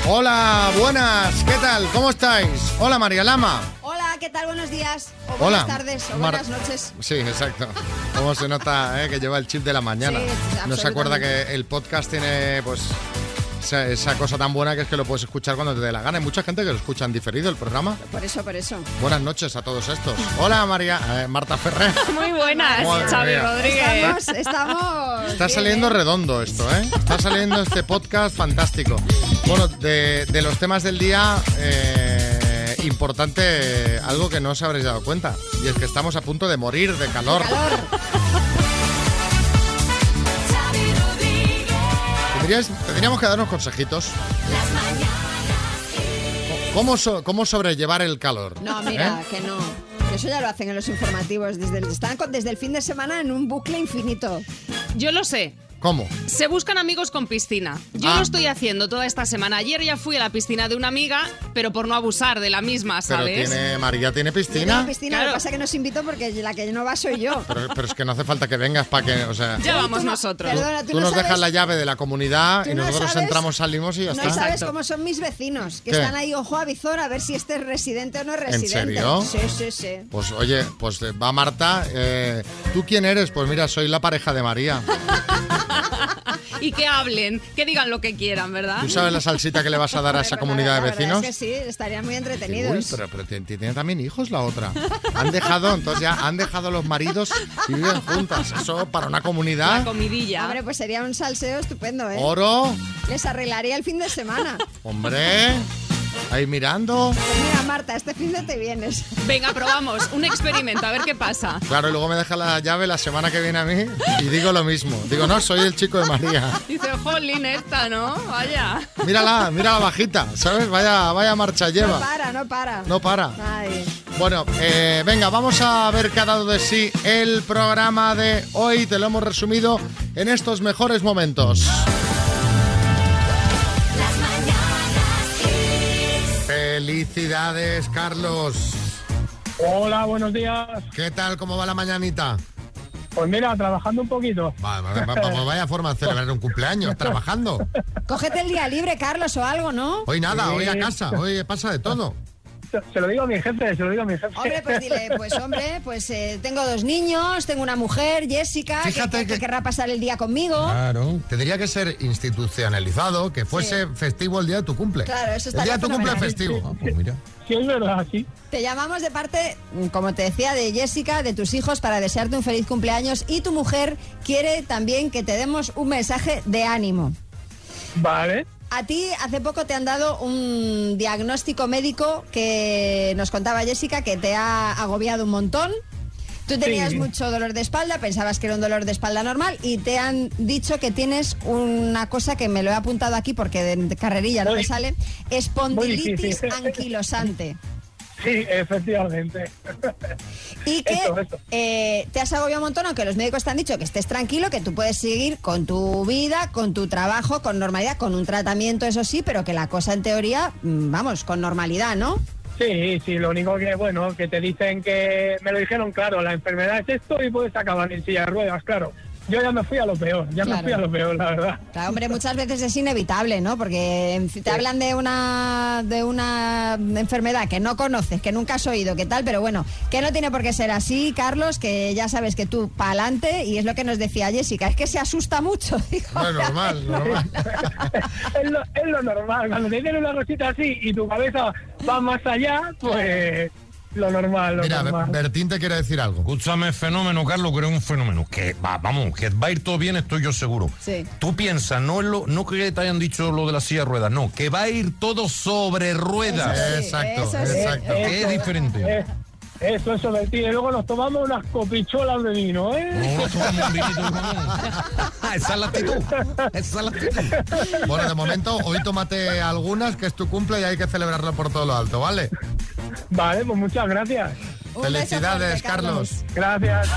Hola, buenas, ¿qué tal? ¿Cómo estáis? Hola, María Lama. Hola, ¿qué tal? Buenos días, o Hola. buenas tardes, o buenas noches. Sí, exacto. Cómo se nota que lleva el chip de la mañana. Sí, no se acuerda que el podcast tiene, pues, esa cosa tan buena que es que lo puedes escuchar cuando te dé la gana. Hay mucha gente que lo escucha en diferido el programa. Por eso. Buenas noches a todos estos. Hola, Marta Ferrer. Muy buenas, Madre Xavi mía. Rodríguez. Estamos Está bien, saliendo redondo esto, ¿eh? Está saliendo este podcast fantástico. Bueno, de los temas del día, importante, algo que no os habréis dado cuenta, y es que estamos a punto de morir de calor. Tendríamos que darnos consejitos. ¿Cómo sobrellevar el calor? No, mira, que no. Que eso ya lo hacen en los informativos. Están desde el fin de semana en un bucle infinito. Yo lo sé. ¿Cómo? Se buscan amigos con piscina. Yo lo estoy haciendo toda esta semana. Ayer ya fui a la piscina de una amiga, pero por no abusar de la misma, ¿sabes? Pero María tiene piscina. Tiene piscina, Claro. Lo que pasa es que nos invitó porque la que no va soy yo. Pero es que no hace falta que vengas para que, o sea, Ya vamos Tú no- nosotros. Perdona, tú no nos sabes- dejas la llave de la comunidad tú y no nosotros sabes- entramos, salimos y ya No está. sabes Exacto. cómo son mis vecinos, que ¿Qué? están ahí ojo a visor a ver si este es residente o no es residente. serio? Sí. Pues oye, pues va Marta. ¿Tú quién eres? Pues mira, soy la pareja de María. Y que hablen, que digan lo que quieran, ¿verdad? ¿Tú sabes la salsita que le vas a dar a esa comunidad de La verdad vecinos? es que sí, estarían muy entretenidos. Uy, pero tiene también hijos la otra. Entonces ya han dejado los maridos y viven juntas. Eso para una La comunidad. comidilla. Hombre, pues sería un salseo estupendo, ¿eh? Oro, Les arreglaría el fin de semana. hombre. Ahí mirando. Pues mira, Marta, este fin de te vienes. Venga, probamos un experimento, a ver qué pasa. Claro, y luego me deja la llave la semana que viene a mí y digo lo mismo. Digo, no, soy el chico de María. Dice, jolín, esta, ¿no? Vaya. Mírala bajita, ¿sabes? Vaya marcha lleva. No para. No para. Ay. Bueno, venga, vamos a ver qué ha dado de sí el programa de hoy. Te lo hemos resumido en estos mejores momentos. Felicidades, Carlos. Hola, buenos días. ¿Qué tal? ¿Cómo va la mañanita? Pues mira, trabajando un poquito. Vaya forma de celebrar un cumpleaños, trabajando. Cógete el día libre, Carlos, o algo, ¿no? Hoy nada, Sí. hoy a casa, hoy pasa de todo. Se lo digo a mi jefe, Hombre, pues dile, tengo 2 niños, tengo una mujer, Jessica, Fíjate que que- querrá pasar el día conmigo. Claro. Tendría que ser institucionalizado, que fuese festivo el día de tu cumple. Claro, eso El estaría día de tu cumple es fenomenal. festivo. Pues mira. Sí, es verdad, sí. Te llamamos de parte, como te decía, de Jessica, de tus hijos, para desearte un feliz cumpleaños, y tu mujer quiere también que te demos un mensaje de ánimo. Vale. A ti hace poco te han dado un diagnóstico médico que nos contaba Jessica que te ha agobiado un montón. Tú tenías Sí. mucho dolor de espalda, pensabas que era un dolor de espalda normal y te han dicho que tienes una cosa que me lo he apuntado aquí porque de carrerilla no me sale, espondilitis difícil. anquilosante. Sí, efectivamente. Y que Eso. te has agobiado un montón, aunque los médicos te han dicho que estés tranquilo, que tú puedes seguir con tu vida, con tu trabajo, con normalidad, con un tratamiento, eso sí, pero que la cosa en teoría, vamos, con normalidad, ¿no? Sí, lo único que, bueno, que te dicen que... Me lo dijeron, claro, la enfermedad es esto y puedes acabar en silla de ruedas, claro. Yo ya me fui a lo peor, la verdad. Claro, hombre, muchas veces es inevitable, ¿no? Porque te hablan de una enfermedad que no conoces, que nunca has oído, que tal, pero bueno, que no tiene por qué ser así, Carlos, que ya sabes que tú pa'lante, y es lo que nos decía Jessica, es que se asusta mucho. Digo, No, normal. es lo normal. Cuando te dicen una cosita así y tu cabeza va más allá, pues... Lo normal. Mira, Bertín te quiere decir algo. Escúchame, fenómeno, Carlos, que eres un fenómeno. Que va a ir todo bien, estoy yo seguro. Sí. Tú piensas, no que te hayan dicho lo de la silla de ruedas, no, que va a ir todo sobre ruedas. Sí, Exacto, eso sí. exacto. Que es diferente. Eso, Bertín. Y luego nos tomamos unas copicholas de vino, ¿eh? No, tomamos un vinito de jamón. Esa es la actitud. Bueno, de momento, hoy tómate algunas, que es tu cumple y hay que celebrarlo por todo lo alto, ¿vale? Vale, pues muchas gracias. Un beso Felicidades, fuerte, Carlos. Gracias.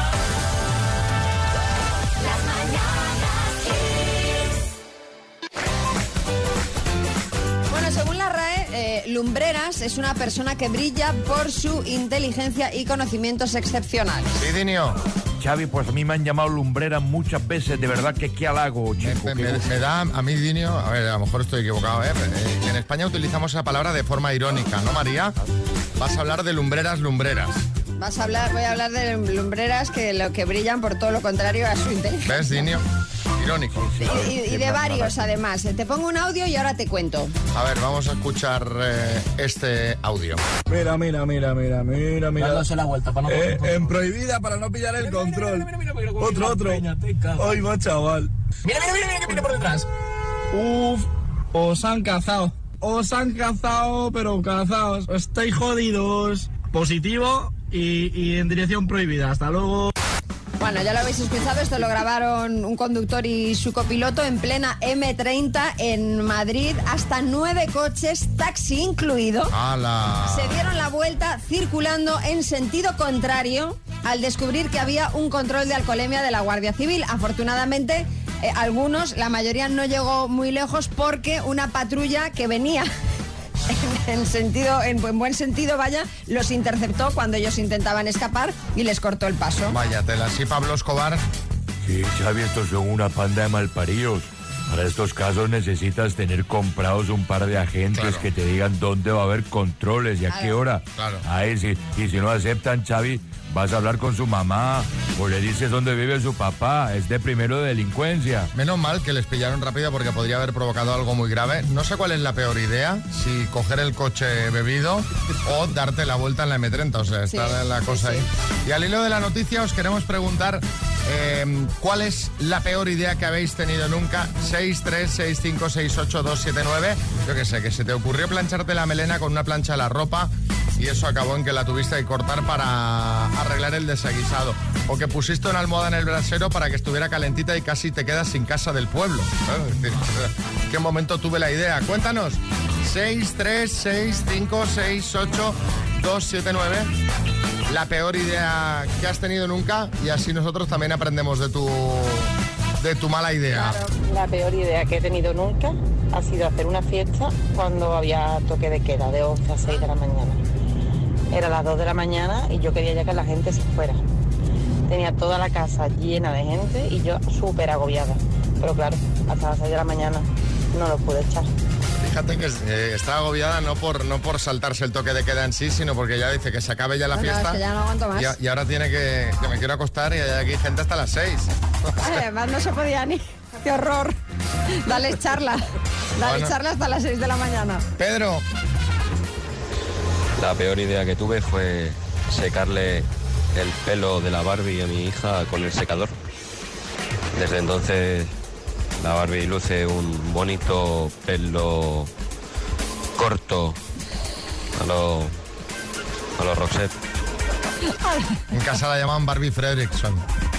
Bueno, según la RAE, lumbreras es una persona que brilla por su inteligencia y conocimientos excepcionales. Sí, Dinio. Xavi, pues a mí me han llamado lumbrera muchas veces, de verdad que qué halago, chico. Me da a mí, Dinio, a ver, a lo mejor estoy equivocado, en España utilizamos esa palabra de forma irónica, ¿no, María? Vas a hablar de lumbreras. Voy a hablar de lumbreras que brillan por todo lo contrario a su inteligencia. ¿Ves, Dinio? Irónico. Y de varios, además. Te pongo un audio y ahora te cuento. A ver, vamos a escuchar este audio. Mira. Dándose la vuelta para no en prohibida para no pillar el control. Otro. Ay, va, chaval. Mira por detrás. Uf, os han cazado, pero cazados. Estáis jodidos. Positivo y en dirección prohibida. Hasta luego. Bueno, ya lo habéis escuchado, esto lo grabaron un conductor y su copiloto en plena M30 en Madrid. Hasta 9 coches, taxi incluido, se dieron la vuelta circulando en sentido contrario al descubrir que había un control de alcoholemia de la Guardia Civil. Afortunadamente, la mayoría no llegó muy lejos porque una patrulla que venía en buen sentido, los interceptó cuando ellos intentaban escapar y les cortó el paso. Vaya tela, sí, Pablo Escobar. Sí, Xavi, estos son una panda de malparidos. Para estos casos necesitas tener comprados un par de agentes que te digan dónde va a haber controles y a qué hora. Claro. Ahí sí. Y si no aceptan, Xavi, vas a hablar con su mamá o le dices dónde vive su papá. Es de primero de delincuencia. Menos mal que les pillaron rápido porque podría haber provocado algo muy grave. No sé cuál es la peor idea, si coger el coche bebido o darte la vuelta en la M30. O sea, está la cosa ahí. Y al hilo de la noticia os queremos preguntar ¿cuál es la peor idea que habéis tenido nunca? 636568279. Yo qué sé, que se te ocurrió plancharte la melena con una plancha de la ropa y eso acabó en que la tuviste que cortar para arreglar el desaguisado. O que pusiste una almohada en el brasero para que estuviera calentita y casi te quedas sin casa del pueblo. Es decir, ¿qué momento tuve la idea? Cuéntanos. 636568279. La peor idea que has tenido nunca y así nosotros también aprendemos de tu mala idea. Claro, la peor idea que he tenido nunca ha sido hacer una fiesta cuando había toque de queda de 11 a 6 de la mañana. Era las 2 de la mañana y yo quería ya que la gente se fuera. Tenía toda la casa llena de gente y yo súper agobiada. Pero claro, hasta las 6 de la mañana no lo pude echar. Fíjate que está agobiada no por saltarse el toque de queda en sí, sino porque ya dice que se acabe ya la fiesta. Es que ya no aguanto más. Y ahora tiene que me quiero acostar y hay aquí gente hasta las 6. Además no se podía ni. ¡Qué horror! Dale charla hasta las 6 de la mañana. Pedro. La peor idea que tuve fue secarle el pelo de la Barbie a mi hija con el secador. Desde entonces la Barbie luce un bonito pelo corto a lo Roxette. En casa la llaman Barbie Fredrickson.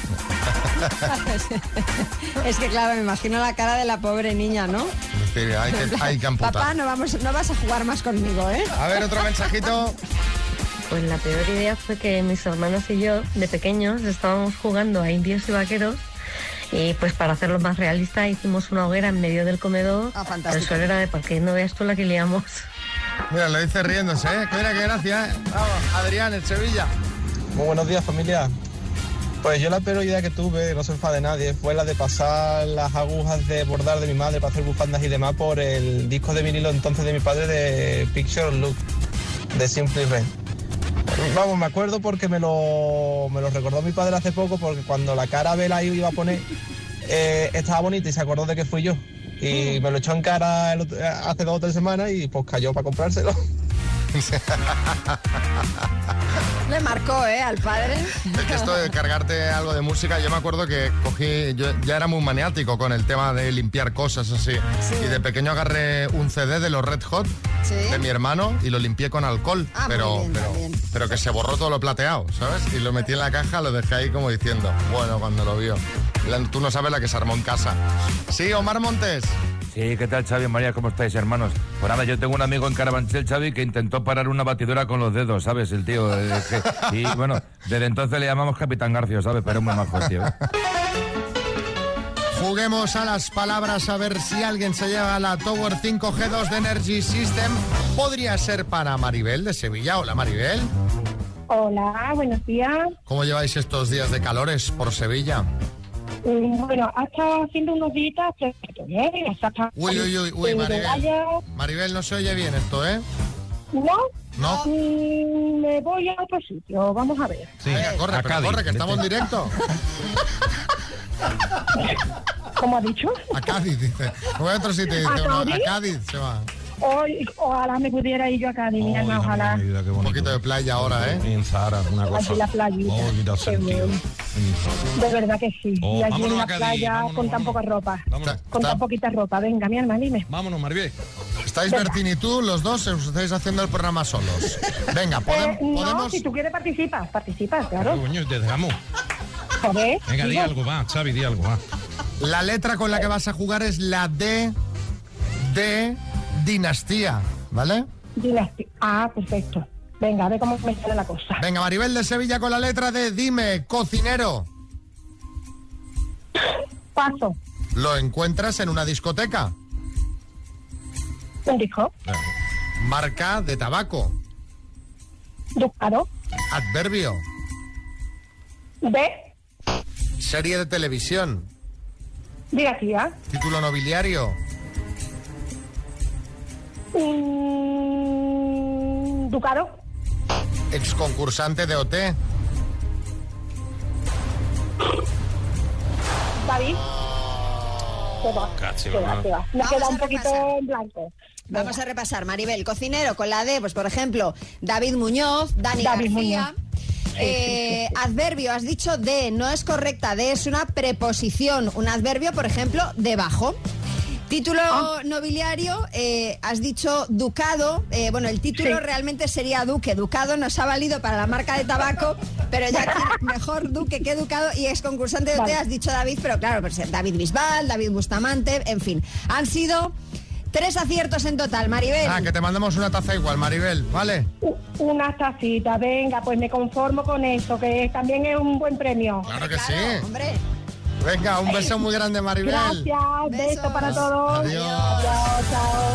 Es que claro, me imagino la cara de la pobre niña, ¿no? Es decir, hay que amputar. Papá, no vas a jugar más conmigo, ¿eh? A ver, otro mensajito. Pues la peor idea fue que mis hermanos y yo, de pequeños, estábamos jugando a indios y vaqueros. Y pues para hacerlo más realista hicimos una hoguera en medio del comedor. Fantástico. El suelo era de parque, no veas tú la que liamos. Mira, lo dice riéndose, ¿eh? Mira, qué gracia, ¿eh? Vamos, Adrián, en Sevilla. Muy buenos días, familia. Pues yo la peor idea que tuve, no se enfade nadie, fue la de pasar las agujas de bordar de mi madre para hacer bufandas y demás por el disco de vinilo entonces de mi padre de Picture Look, de Simply Red. Vamos, me acuerdo porque me lo recordó mi padre hace poco, porque cuando la cara B la iba a poner, estaba bonita y se acordó de que fui yo. Y me lo echó en cara hace 2 o 3 semanas y pues cayó para comprárselo. Le marcó, al padre. Es que esto de cargarte algo de música, yo me acuerdo que yo ya era muy maniático con el tema de limpiar cosas así. Sí. Y de pequeño agarré un CD de los Red Hot de mi hermano y lo limpié con alcohol. Pero que se borró todo lo plateado, ¿sabes? Y lo metí en la caja, lo dejé ahí como diciendo, bueno, cuando lo vio. Tú no sabes la que se armó en casa. Sí, Omar Montes. Sí, ¿qué tal, Xavi y María? ¿Cómo estáis, hermanos? Pues nada, yo tengo un amigo en Carabanchel, Xavi, que intentó parar una batidora con los dedos, ¿sabes? El tío. Y bueno, desde entonces le llamamos Capitán García, ¿sabes? Pero es muy majo, tío. Juguemos a las palabras a ver si alguien se lleva a la Tower 5G2 de Energy System. Podría ser para Maribel de Sevilla. Hola, Maribel. Hola, buenos días. ¿Cómo lleváis estos días de calores por Sevilla? Bueno, ha estado haciendo unos días perfectos, ¿eh? Uy, Maribel, no se oye bien esto, ¿eh? ¿No? Me voy a otro sitio, vamos a ver. Sí, venga, corre, que estamos en directo. ¿Cómo ha dicho? A Cádiz, dice. Me voy a otro sitio, dice uno. A Cádiz se va. Ojalá me pudiera ir yo a Cádiz, mi hermano, ojalá. Un poquito de playa ahora, ¿eh? En Zara, una cosa. Aquí la playita. De verdad que sí. Y allí en la playa con tan poca ropa. Con tan poquita ropa. Venga, mi hermano, dime. Vámonos, Maribel. ¿Estáis Bertín y tú, los dos, os estáis haciendo el programa solos? Venga, podemos... No, si tú quieres participas, claro. Coño, te dejamos. Joder. Venga, di algo, va, Xavi, di algo, va. La letra con la que vas a jugar es la D de dinastía, ¿vale? Dinastía. Ah, perfecto. Venga, a ver cómo me sale la cosa. Venga, Maribel de Sevilla con la letra D. Dime, cocinero. Paso. ¿Lo encuentras en una discoteca? Un disco. Marca de tabaco. Ducado. Adverbio. B. Serie de televisión. Dinastía. Título nobiliario. Ducado. Ex concursante de OT. David. Se va. Me queda un poquito en blanco. Vamos a repasar, Maribel. Cocinero con la D, pues por ejemplo, David Muñoz, Dani García. Adverbio, has dicho de, no es correcta. De es una preposición. Un adverbio, por ejemplo, debajo. Título nobiliario, has dicho ducado. Bueno, el título realmente sería duque. Ducado nos ha valido para la marca de tabaco, pero ya que mejor duque que ducado. Y ex concursante de OT, has dicho David, pero claro, pues David Bisbal, David Bustamante, en fin. Han sido 3 aciertos en total, Maribel. Que te mandamos una taza igual, Maribel, ¿vale? Una tacita, venga, pues me conformo con eso, que también es un buen premio. Claro que sí. Hombre. Venga, un beso muy grande, Maribel. Gracias, beso para todos. Adiós. Adiós, chao.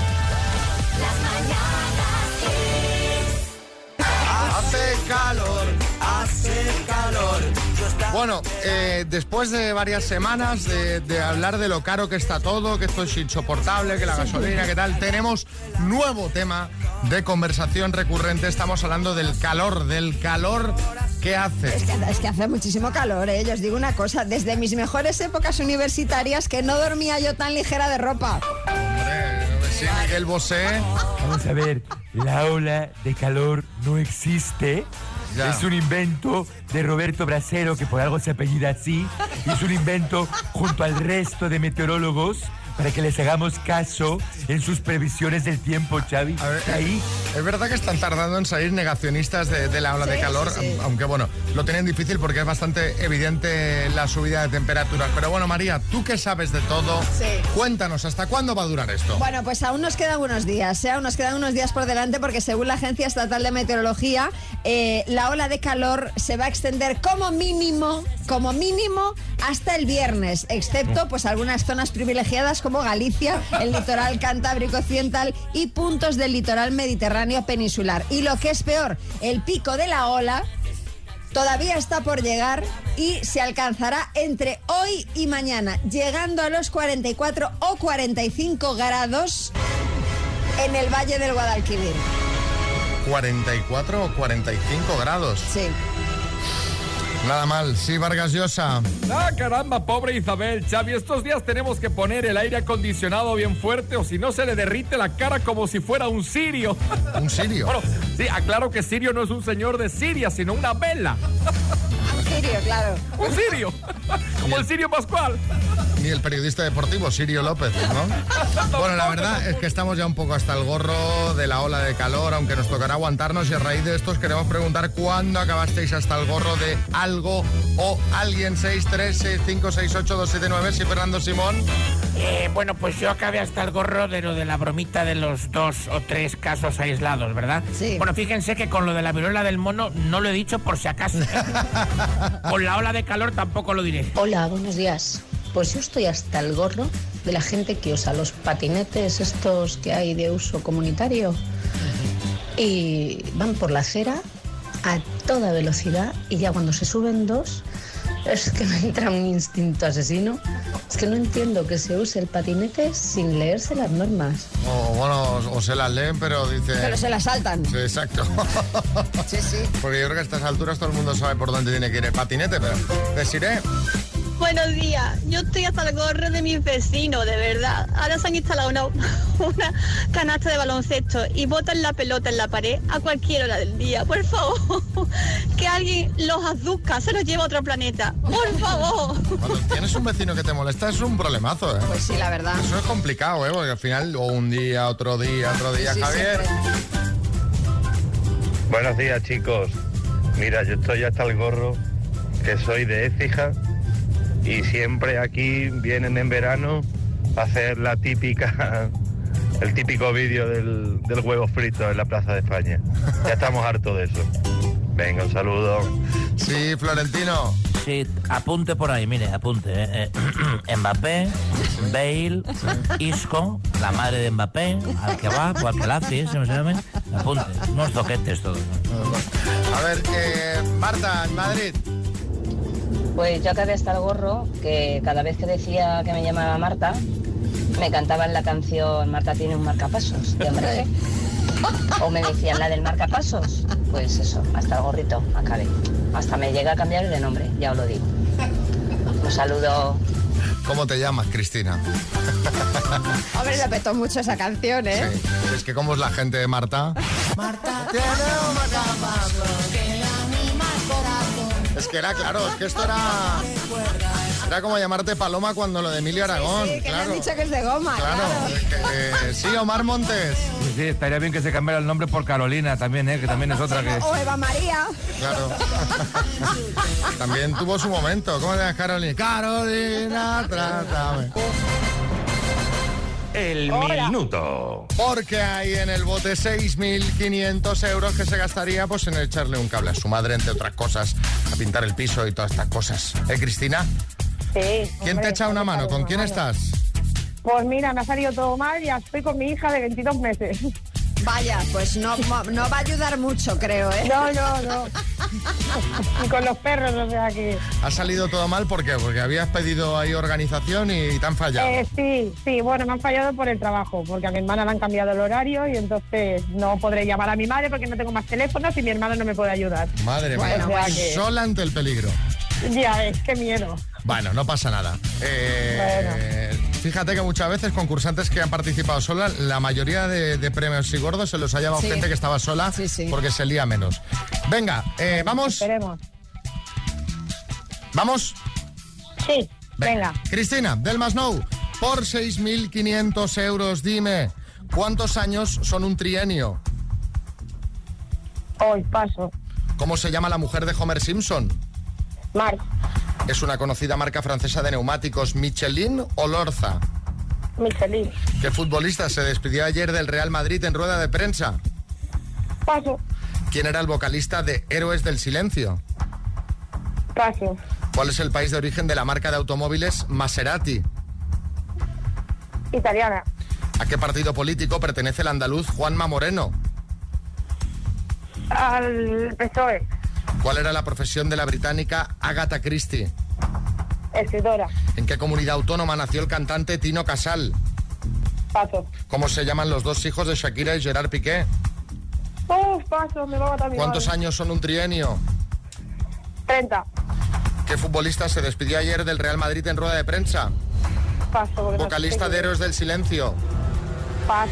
Hace calor. Bueno, después de varias semanas de hablar de lo caro que está todo, que esto es insoportable, que la gasolina, que tal, tenemos nuevo tema de conversación recurrente. Estamos hablando del calor que hace. Es que hace muchísimo calor, ¿eh? Yo os digo una cosa, desde mis mejores épocas universitarias que no dormía yo tan ligera de ropa. Hombre, sí, Miguel Bosé. Vamos a ver, la ola de calor no existe. Ya. Es un invento de Roberto Brasero, que por algo se apellida así. Y es un invento junto al resto de meteorólogos para que les hagamos caso en sus previsiones del tiempo, Xavi. A ver, ahí es verdad que están tardando en salir negacionistas de la ola de calor, aunque bueno, lo tienen difícil porque es bastante evidente la subida de temperaturas. Pero bueno, María, tú que sabes de todo, cuéntanos, ¿hasta cuándo va a durar esto? Bueno, pues aún nos quedan unos días, aún nos quedan unos días por delante, porque según la Agencia Estatal de Meteorología, la ola de calor se va a extender como mínimo hasta el viernes, excepto pues algunas zonas privilegiadas como Galicia, el litoral cantábrico occidental y puntos del litoral mediterráneo peninsular. Y lo que es peor, el pico de la ola todavía está por llegar y se alcanzará entre hoy y mañana, llegando a los 44 o 45 grados en el Valle del Guadalquivir. 44 o 45 grados. Sí. Nada mal, sí, Vargas Llosa. Ah, caramba, pobre Isabel. Xavi, estos días tenemos que poner el aire acondicionado bien fuerte o si no se le derrite la cara como si fuera un sirio. ¿Un sirio? Bueno, sí, aclaro que Sirio no es un señor de Siria, sino una vela. Un sirio, claro. Un sirio, como el Sirio Pascual. Ni el periodista deportivo Sirio López, ¿no? Bueno, la verdad es que estamos ya un poco hasta el gorro de la ola de calor, aunque nos tocará aguantarnos, y a raíz de esto os queremos preguntar cuándo acabasteis hasta el gorro de algo o alguien. 636568279. Sí, Fernando Simón. Bueno, pues yo acabé hasta el gorro de lo de la bromita de los 2 o 3 casos aislados, ¿verdad? Sí. Bueno, fíjense que con lo de la viruela del mono no lo he dicho por si acaso. Con la ola de calor tampoco lo diré. Hola, buenos días. Pues yo estoy hasta el gorro de la gente que usa los patinetes estos que hay de uso comunitario y van por la acera a toda velocidad y ya cuando se suben dos es que me entra un instinto asesino. Es que no entiendo que se use el patinete sin leerse las normas. O se las leen, pero dice... Pero se las saltan. Sí, exacto. Sí. Porque yo creo que a estas alturas todo el mundo sabe por dónde tiene que ir el patinete, pero... Desiree. Buenos días, yo estoy hasta el gorro de mis vecinos, de verdad. Ahora se han instalado una canasta de baloncesto y botan la pelota en la pared a cualquier hora del día. Por favor, que alguien los azuzca, se los lleva a otro planeta. Por favor. Cuando tienes un vecino que te molesta es un problemazo, ¿eh? Pues sí, la verdad. Eso es complicado, ¿eh? Porque al final, o un día, otro día, sí, Javier. Siempre. Buenos días, chicos. Mira, yo estoy hasta el gorro, que soy de Écija. Y siempre aquí vienen en verano a hacer el típico vídeo del huevo frito en la Plaza de España. Ya estamos hartos de eso. Venga, un saludo. Sí, Florentino. Sí, apunte por ahí, mire, apunte. Mbappé, Bale, Isco, la madre de Mbappé, al que va, o al que la hace, se me llama. Apunte, unos toquetes todos. A ver, Marta, en Madrid. Pues yo acabé hasta el gorro, que cada vez que decía que me llamaba Marta, me cantaban la canción Marta tiene un marcapasos de Hombre G. O me decían la del marcapasos. Pues eso, hasta el gorrito acabé. Hasta me llega a cambiar de nombre, ya os lo digo. Un saludo. ¿Cómo te llamas, Cristina? Hombre, le petó mucho esa canción, ¿eh? Sí. Es que ¿cómo es la gente de Marta? Marta tiene un marcapasos que anima el corazón. Es que era, claro, es que esto era como llamarte Paloma cuando lo de Emilio Aragón. Sí, que claro. le han dicho que es de goma. Claro. Sí, Omar Montes. Sí, estaría bien que se cambiara el nombre por Carolina también, que también es otra que... O Eva María. Claro. También tuvo su momento. ¿Cómo te llamas, Carolina? Carolina, trátame. El minuto. Porque hay en el bote 6.500 euros que se gastaría pues en echarle un cable a su madre, entre otras cosas, a pintar el piso y todas estas cosas. Cristina? Sí. ¿Quién te echa una mano? ¿Con quién estás? Pues mira, me ha salido todo mal y estoy con mi hija de 22 meses. Vaya, pues no va a ayudar mucho, creo, ¿eh? No. Y con los perros, o sea que... ¿Ha salido todo mal? ¿Por qué? Porque habías pedido ahí organización y te han fallado. Sí, bueno, me han fallado por el trabajo, porque a mi hermana le han cambiado el horario y entonces no podré llamar a mi madre porque no tengo más teléfonos y mi hermana no me puede ayudar. Madre mía, o sea que... sola ante el peligro. Ya ves, qué miedo. Bueno, no pasa nada. Fíjate que muchas veces concursantes que han participado solas, la mayoría de premios y gordos se los ha llevado gente que estaba sola porque se lía menos. Venga, vamos. Esperemos. ¿Vamos? Sí, venga. Cristina, del Masnou, por 6.500 euros, dime, ¿cuántos años son un trienio? Hoy paso. ¿Cómo se llama la mujer de Homer Simpson? Marc. ¿Es una conocida marca francesa de neumáticos Michelin o Lorza? Michelin. ¿Qué futbolista se despidió ayer del Real Madrid en rueda de prensa? Paso. ¿Quién era el vocalista de Héroes del Silencio? Paso. ¿Cuál es el país de origen de la marca de automóviles Maserati? Italiana. ¿A qué partido político pertenece el andaluz Juanma Moreno? Al PSOE. ¿Cuál era la profesión de la británica Agatha Christie? Escritora. ¿En qué comunidad autónoma nació el cantante Tino Casal? Paso. ¿Cómo se llaman los dos hijos de Shakira y Gerard Piqué? Paso, me va a matar mi ¿Cuántos madre. años son un trienio? 30. ¿Qué futbolista se despidió ayer del Real Madrid en rueda de prensa? Paso. ¿Vocalista de Héroes del Silencio? Paso.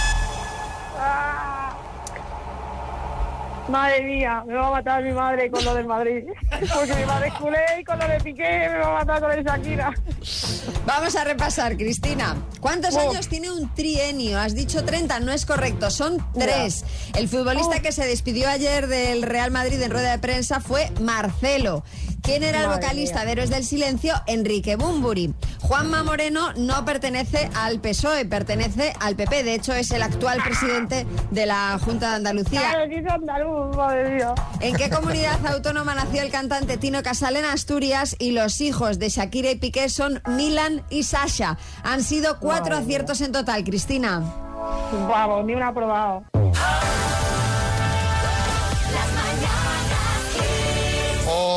Madre mía, me va a matar mi madre con lo del Madrid. Porque mi madre es culé y con lo de Piqué me va a matar con el Shakira. Vamos a repasar, Cristina. ¿Cuántos años tiene un trienio? Has dicho 30, no es correcto, son 3. El futbolista que se despidió ayer del Real Madrid en rueda de prensa fue Marcelo. ¿Quién era el vocalista de Héroes del Silencio? Enrique Bunbury. Juanma Moreno no pertenece al PSOE, pertenece al PP. De hecho, es el actual presidente de la Junta de Andalucía. ¿En qué comunidad autónoma nació el cantante Tino Casal? En Asturias. Y los hijos de Shakira y Piqué son Milan y Sasha. Han sido 4 aciertos en total, Cristina. Vamos, ni una aprobado. Las mañanas.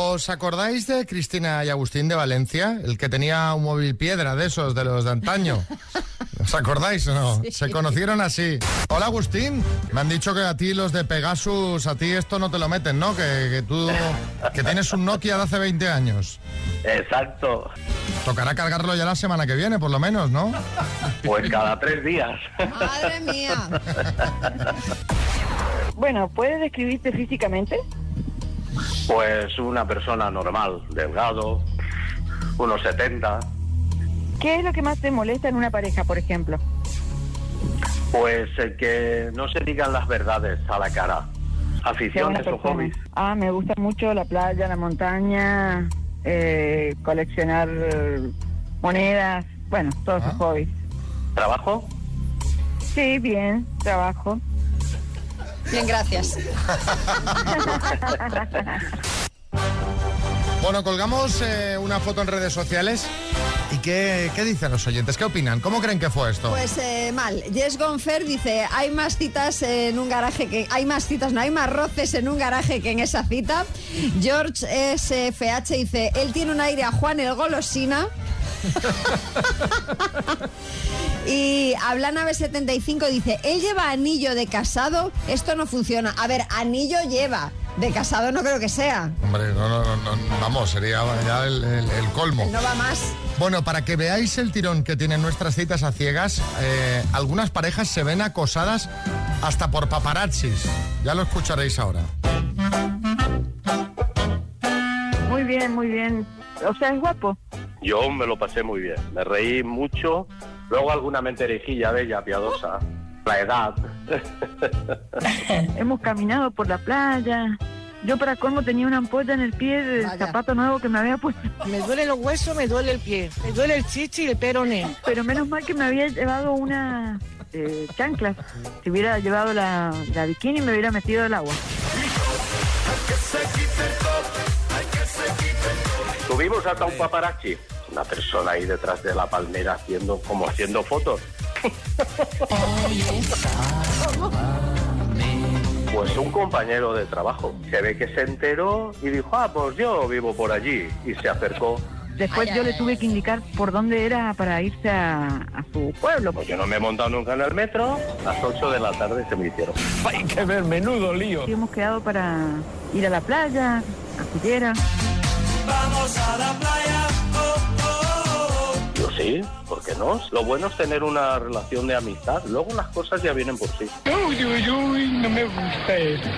¿Os acordáis de Cristina y Agustín de Valencia? El que tenía un móvil piedra de esos, de los de antaño. ¿Os acordáis o no? Sí. Se conocieron así. Hola, Agustín. Me han dicho que a ti los de Pegasus, a ti esto no te lo meten, ¿no? Que tú que tienes un Nokia de hace 20 años. Exacto. Tocará cargarlo ya la semana que viene, por lo menos, ¿no? Pues cada 3 días. ¡Madre mía! Bueno, ¿puedes describirte físicamente? Pues una persona normal, delgado, unos 70. ¿Qué es lo que más te molesta en una pareja, por ejemplo? Pues que no se digan las verdades a la cara. Aficiones o hobbies. Me gusta mucho la playa, la montaña, coleccionar monedas, bueno, todos esos hobbies. ¿Trabajo? Sí, bien, trabajo. Bien, gracias. Bueno, colgamos una foto en redes sociales. ¿Y qué dicen los oyentes? ¿Qué opinan? ¿Cómo creen que fue esto? Pues mal. Jess Gonfer dice, hay más citas en un garaje que... Hay más citas, no, hay más roces en un garaje que en esa cita. George SFH dice, él tiene un aire a Juan el golosina. Y Hablanave 75 dice, él lleva anillo de casado, esto no funciona. A ver, anillo lleva, de casado no creo que sea. Hombre, no, vamos, sería ya el colmo. No va más. Bueno, para que veáis el tirón que tienen nuestras citas a ciegas, algunas parejas se ven acosadas hasta por paparazzis. Ya lo escucharéis ahora. Muy bien, muy bien. O sea, es guapo. Yo me lo pasé muy bien, me reí mucho, luego alguna menterijilla bella, piadosa, la edad. Hemos caminado por la playa, yo para colmo tenía una ampolla en el pie del zapato nuevo que me había puesto. Me duele los huesos, me duele el pie, me duele el chichi y el peroné. Pero menos mal que me había llevado una chanclas, si hubiera llevado la bikini me hubiera metido al agua. Tuvimos hasta un paparazzi, una persona ahí detrás de la palmera haciendo fotos. Pues un compañero de trabajo, se ve que se enteró y dijo, pues yo vivo por allí, y se acercó. Después yo le tuve que indicar por dónde era para irse a su pueblo. Pues yo no me he montado nunca en el metro, a las 8 de la tarde se me hicieron. Hay que ver, menudo lío. Y hemos quedado para ir a la playa, a Cullera. Vamos a la playa, Yo sí, ¿por qué no? Lo bueno es tener una relación de amistad, luego las cosas ya vienen por sí. Uy, no me gusta eso.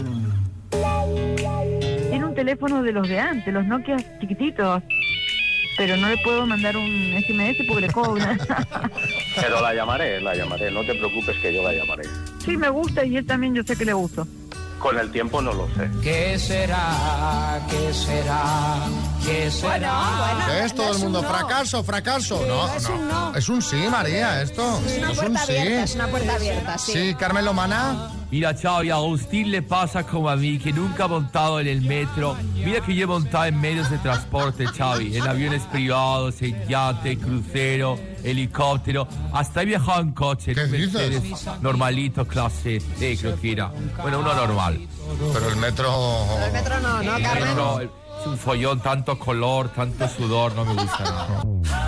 Tiene un teléfono de los de antes, los Nokia chiquititos, pero no le puedo mandar un SMS porque le cobran. Pero la llamaré, no te preocupes que yo la llamaré. Sí, me gusta y él también yo sé que le gusto. Con el tiempo no lo sé. ¿Qué será? ¿Qué será? ¿Qué será? Bueno, ¿Qué es todo el mundo? No. ¿Fracaso? Sí, no, es un no. Es un sí, María, esto. Es una puerta abierta, es una puerta abierta, sí. Sí, Carmelo Maná. Mira, Xavi, a Agustín le pasa como a mí, que nunca ha montado en el metro. Mira que yo he montado en medios de transporte, Xavi, en aviones privados, en yate, crucero, helicóptero, hasta he viajado en coche, en un Mercedes normalito, clase D, creo que era. Bueno, uno normal. Pero el metro... Pero el metro no, Carmen. Metro, es un follón, tanto color, tanto sudor, no me gusta nada.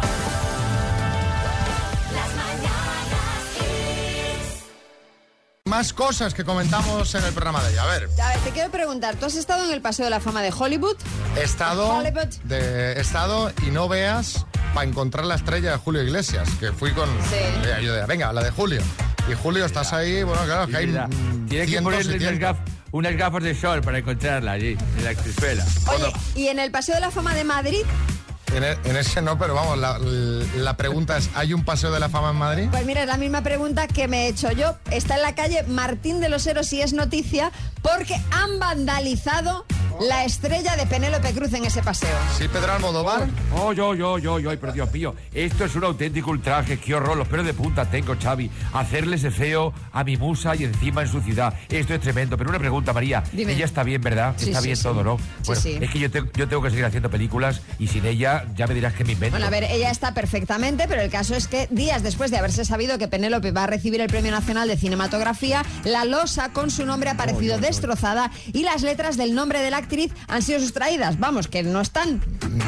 Más cosas que comentamos en el programa de hoy. A ver, te quiero preguntar, ¿tú has estado en el Paseo de la Fama de Hollywood? He estado y no veas para encontrar la estrella de Julio Iglesias, que fui con... Sí. Ayuda, venga, la de Julio. Y Julio, estás ahí, bueno, claro, que hay... Tienes que ponerle unas gafas de sol para encontrarla allí, en la Crisbela. Oye, ¿y en el Paseo de la Fama de Madrid? En ese no, pero vamos, la pregunta es, ¿hay un Paseo de la Fama en Madrid? Pues mira, es la misma pregunta que me he hecho yo. Está en la calle Martín de los Heros y es noticia porque han vandalizado la estrella de Penélope Cruz en ese paseo. ¿Sí, Pedro Almodóvar? Pero Dios mío, esto es un auténtico ultraje, qué horror, los pelos de punta tengo, Xavi. Hacerle ese feo a mi musa y encima en su ciudad, esto es tremendo. Pero una pregunta, María, dime. Ella está bien, ¿verdad? Sí, está bien todo, ¿no? Bueno, sí. Es que yo tengo que seguir haciendo películas y sin ella ya me dirás que me invento. Bueno, a ver, ella está perfectamente, pero el caso es que días después de haberse sabido que Penélope va a recibir el Premio Nacional de Cinematografía, la losa con su nombre ha aparecido destrozada y las letras del nombre del actor actriz han sido sustraídas. Vamos, que no están.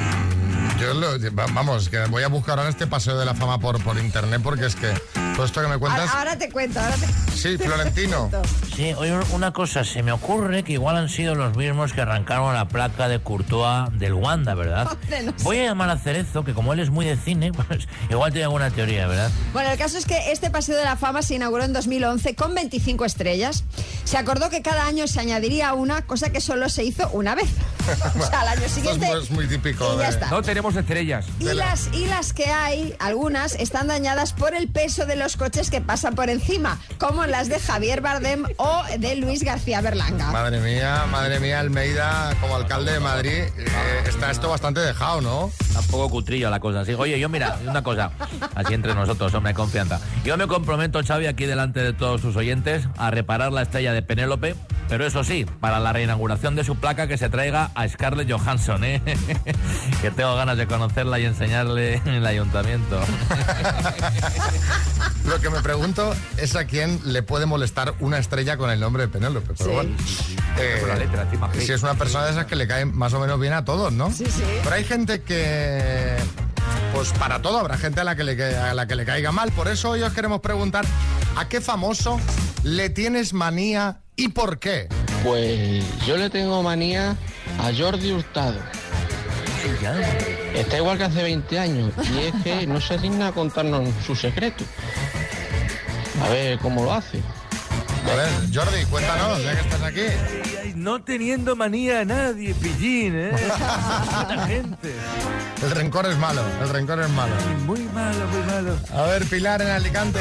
Vamos, que voy a buscar ahora este paseo de la fama por internet, porque es que todo esto que me cuentas... Ahora te cuento, Sí, Florentino. Sí, oye, una cosa, se me ocurre que igual han sido los mismos que arrancaron la placa de Courtois del Wanda, ¿verdad? Hombre, no sé. Voy a llamar a Cerezo, que como él es muy de cine, pues igual tiene alguna teoría, ¿verdad? Bueno, el caso es que este paseo de la fama se inauguró en 2011 con 25 estrellas. Se acordó que cada año se añadiría una, cosa que solo se hizo una vez. O sea, al año siguiente... Esto es muy típico. Y ya está. No tenemos estrellas. Y las que hay, algunas, están dañadas por el peso de los coches que pasan por encima, como las de Javier Bardem o de Luis García Berlanga. Madre mía, Almeida, como alcalde de Madrid, está esto bastante dejado, ¿no? Está un poco cutrillo la cosa. Sí, oye, yo mira, una cosa, así entre nosotros, hombre, confianza. Yo me comprometo, Xavi, aquí delante de todos sus oyentes, a reparar la estrella de Penélope, pero eso sí, para la reinauguración de su placa que se traiga a Scarlett Johansson, ¿eh? Que tengo ganas de conocerla y enseñarle en el ayuntamiento. Lo que me pregunto es a quién le puede molestar una estrella con el nombre de Penélope. Pero bueno, con la letra, ¿te imaginas? si es una persona de esas que le cae más o menos bien a todos, ¿no? Sí, sí. Pero hay gente que... Pues para todo habrá gente a la que le caiga mal. Por eso hoy os queremos preguntar ¿a qué famoso le tienes manía y por qué? Pues yo le tengo manía a Jordi Hurtado. Está igual que hace 20 años y es que no se digna a contarnos su secreto. A ver cómo lo hace. A ver, Jordi, cuéntanos, ya que estás aquí. No teniendo manía a nadie, pillín, ¿eh? Mucha gente. El rencor es malo. Muy malo. A ver, Pilar, en Alicante.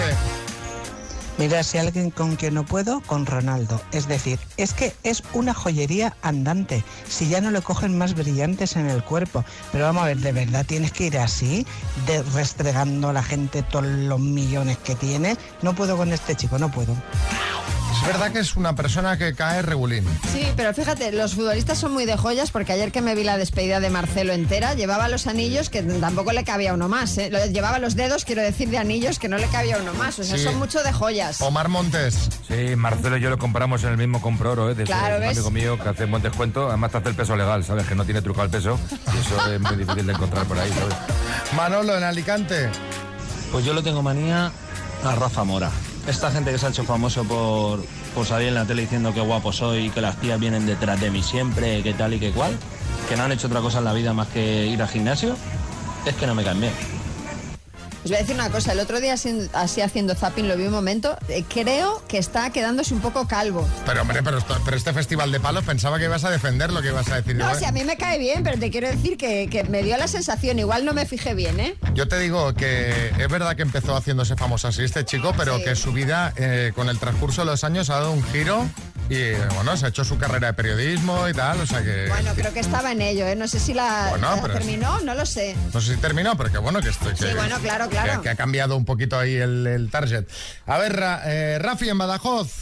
Mira, si alguien con quien no puedo, con Ronaldo. Es decir, es que es una joyería andante. Si ya no le cogen más brillantes en el cuerpo. Pero vamos a ver, ¿de verdad tienes que ir así? Restregando a la gente todos los millones que tiene. No puedo con este chico, no puedo. Es verdad que es una persona que cae regulín. Sí, pero fíjate, los futbolistas son muy de joyas, porque ayer que me vi la despedida de Marcelo entera, llevaba los anillos que tampoco le cabía uno más, ¿eh? Llevaba los dedos, quiero decir, de anillos que no le cabía uno más. O sea, sí. Son mucho de joyas. Omar Montes. Sí, Marcelo y yo lo compramos en el mismo Compro-Oro, ¿eh? Claro, un ¿ves? amigo mío que hace un buen descuento. Además te hace el peso legal, ¿sabes? Que no tiene trucado el peso. Y eso es muy difícil de encontrar por ahí, ¿sabes? Manolo, en Alicante. Pues yo le tengo manía a Rafa Mora. Esta gente que se ha hecho famoso por salir en la tele diciendo que guapo soy, que las tías vienen detrás de mí siempre, que tal y que cual, que no han hecho otra cosa en la vida más que ir al gimnasio, es que no me caen bien. Os voy a decir una cosa, el otro día así haciendo zapping lo vi un momento, creo que está quedándose un poco calvo. Pero hombre, pero este festival de palos pensaba que ibas a defender lo que ibas a decir. No, si a mí me cae bien, pero te quiero decir que me dio la sensación, igual no me fijé bien, ¿eh? Yo te digo que es verdad que empezó haciéndose famoso así este chico, pero sí, que su vida con el transcurso de los años ha dado un giro. Y bueno, se ha hecho su carrera de periodismo y tal, o sea que... Bueno, creo que estaba en ello, ¿eh? No sé si la terminó, no lo sé. No sé si terminó, pero que bueno que estoy... Sí, bueno, claro. Que ha cambiado un poquito ahí el target. A ver, Rafi, en Badajoz.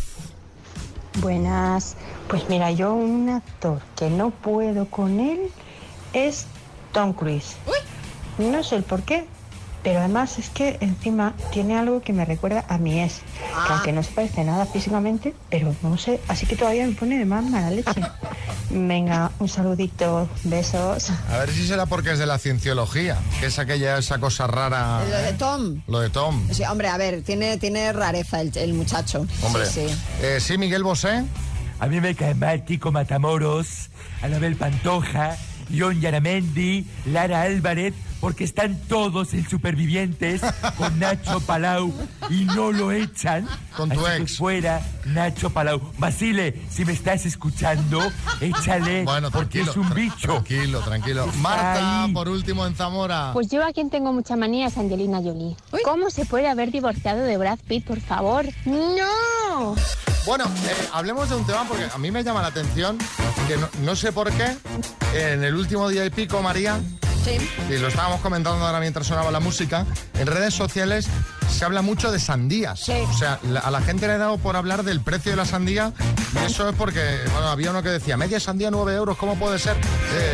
Buenas. Pues mira, yo un actor que no puedo con él es Tom Cruise. Uy. No sé el por qué, pero además es que encima tiene algo que me recuerda a mi ex, que aunque no se parece nada físicamente, pero no sé, así que todavía me pone de más mala leche. Venga, un saludito, besos. A ver si será porque es de la cienciología, que es esa cosa rara. Lo de Tom. Lo de Tom. Sí, hombre, a ver, tiene rareza el muchacho. Hombre. Sí. Sí, Miguel Bosé. A mí me cae mal Kiko Matamoros, Anabel Pantoja, Ion Yaramendi, Lara Álvarez, porque están todos en Supervivientes con Nacho Palau y no lo echan. Con tu ex. Fuera, Nacho Palau. Basile, si me estás escuchando, échale, bueno, porque es un bicho. Tranquilo. Marta, por último, en Zamora. Pues yo a quien tengo mucha manía es Angelina Jolie. Uy. ¿Cómo se puede haber divorciado de Brad Pitt, por favor? ¡No! Bueno, hablemos de un tema porque a mí me llama la atención que no sé por qué en el último día y pico, María, sí, y lo estábamos comentando ahora mientras sonaba la música, en redes sociales se habla mucho de sandías. Sí. O sea, a la gente le ha dado por hablar del precio de la sandía y eso es porque, bueno, había uno que decía, media sandía 9 euros, ¿cómo puede ser?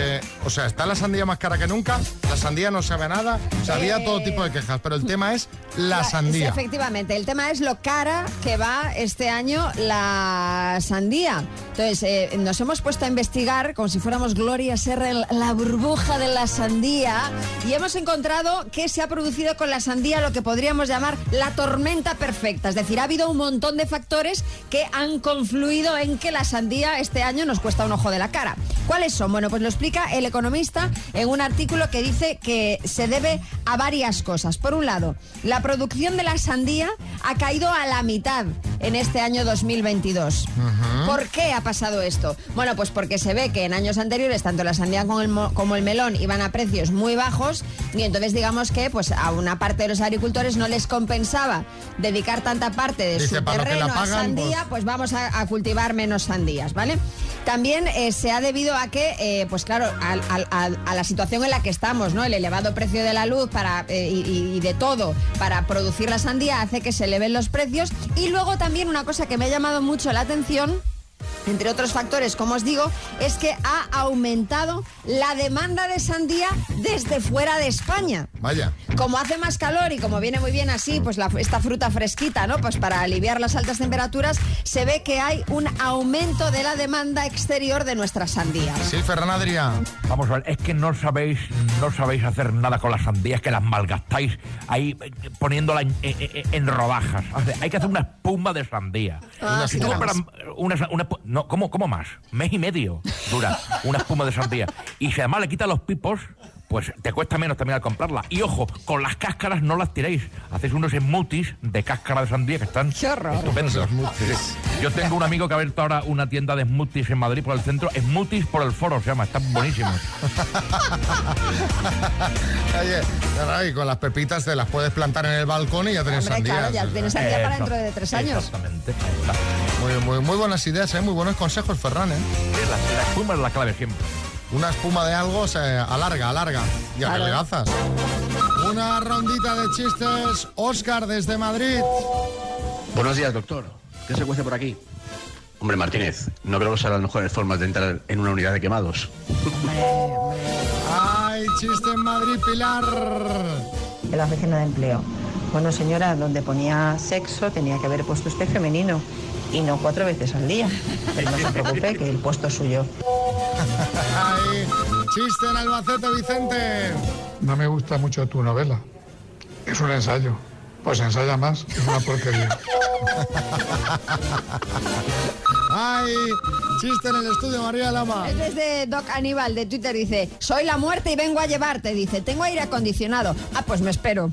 O sea, está la sandía más cara que nunca, la sandía no sabe a nada, o sea, había todo tipo de quejas, pero el tema es la sandía. Efectivamente, el tema es lo cara que va este año la sandía. Entonces, nos hemos puesto a investigar, como si fuéramos Gloria Serra, la burbuja de la sandía, y hemos encontrado que se ha producido con la sandía lo que podríamos llamar la tormenta perfecta. Es decir, ha habido un montón de factores que han confluido en que la sandía este año nos cuesta un ojo de la cara. ¿Cuáles son? Bueno, pues lo explica El Economista en un artículo que dice que se debe a varias cosas. Por un lado, la producción de la sandía ha caído a la mitad en este año 2022. ¿Por qué ha pasado esto? Bueno, pues porque se ve que en años anteriores tanto la sandía como el melón iban a precios muy bajos, y entonces digamos que pues a una parte de los agricultores no les compensaba dedicar tanta parte de su terreno a sandía, pues vamos a cultivar menos sandías, ¿vale? También se ha debido a que, pues claro, a la situación en la que estamos, ¿no? El elevado precio de la luz y de todo para producir la sandía hace que se eleven los precios. Y luego también una cosa que me ha llamado mucho la atención, entre otros factores, como os digo, es que ha aumentado la demanda de sandía desde fuera de España. Vaya. Como hace más calor y como viene muy bien así, pues esta fruta fresquita, ¿no? Pues para aliviar las altas temperaturas, se ve que hay un aumento de la demanda exterior de nuestras sandías. Sí, Ferran Adrià. Vamos a ver, es que no sabéis hacer nada con las sandías, que las malgastáis ahí poniéndola en rodajas. Hay que hacer una espuma de sandía. Si tú compras no, ¿cómo más? Mes y medio dura una espuma de sandía. Y si además le quitas los pipos, pues te cuesta menos también al comprarla. Y ojo, con las cáscaras no las tiréis. Hacéis unos smoothies de cáscara de sandía que están estupendos. Yo tengo un amigo que ha abierto ahora una tienda de smoothies en Madrid por el centro. Smoothies por el Foro se llama, están buenísimos. Oye, y con las pepitas te las puedes plantar en el balcón y ya tienes sandía. Claro, ya tienes sandía para dentro de 3 años. Exactamente. Muy buenas ideas, muy buenos consejos, Ferran, ¿eh? Sí, la espuma es la clave siempre. Una espuma de algo se alarga y adelgazas. Una rondita de chistes. Óscar desde Madrid. Buenos días, doctor. ¿Qué se cuece por aquí? Hombre, Martínez, no creo que sean las mejores formas de entrar en una unidad de quemados. ¡Ay, chiste en Madrid, Pilar! En la oficina de empleo. Bueno, señora, donde ponía sexo tenía que haber puesto usted femenino y no 4 veces al día. Pero no se preocupe, que el puesto es suyo. ¡Ay, chiste en Albacete, Vicente! No me gusta mucho tu novela. Es un ensayo. Pues ensaya más, es una porquería. ¡Ay! Chiste en el estudio, María Lama. Es desde Doc Aníbal de Twitter, dice: soy la muerte y vengo a llevarte. Dice: tengo aire acondicionado. Ah, pues me espero.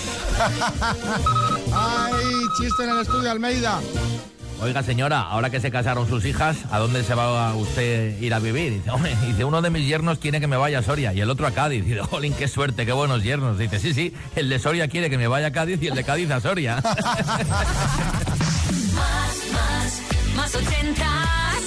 ¡Ay! Chiste en el estudio, Almeida. Oiga, señora, ahora que se casaron sus hijas, ¿a dónde se va a usted ir a vivir? Dice: hombre, dice, uno de mis yernos quiere que me vaya a Soria y el otro a Cádiz. Dice: jolín, qué suerte, qué buenos yernos. Dice: sí, el de Soria quiere que me vaya a Cádiz y el de Cádiz a Soria. Más 80s.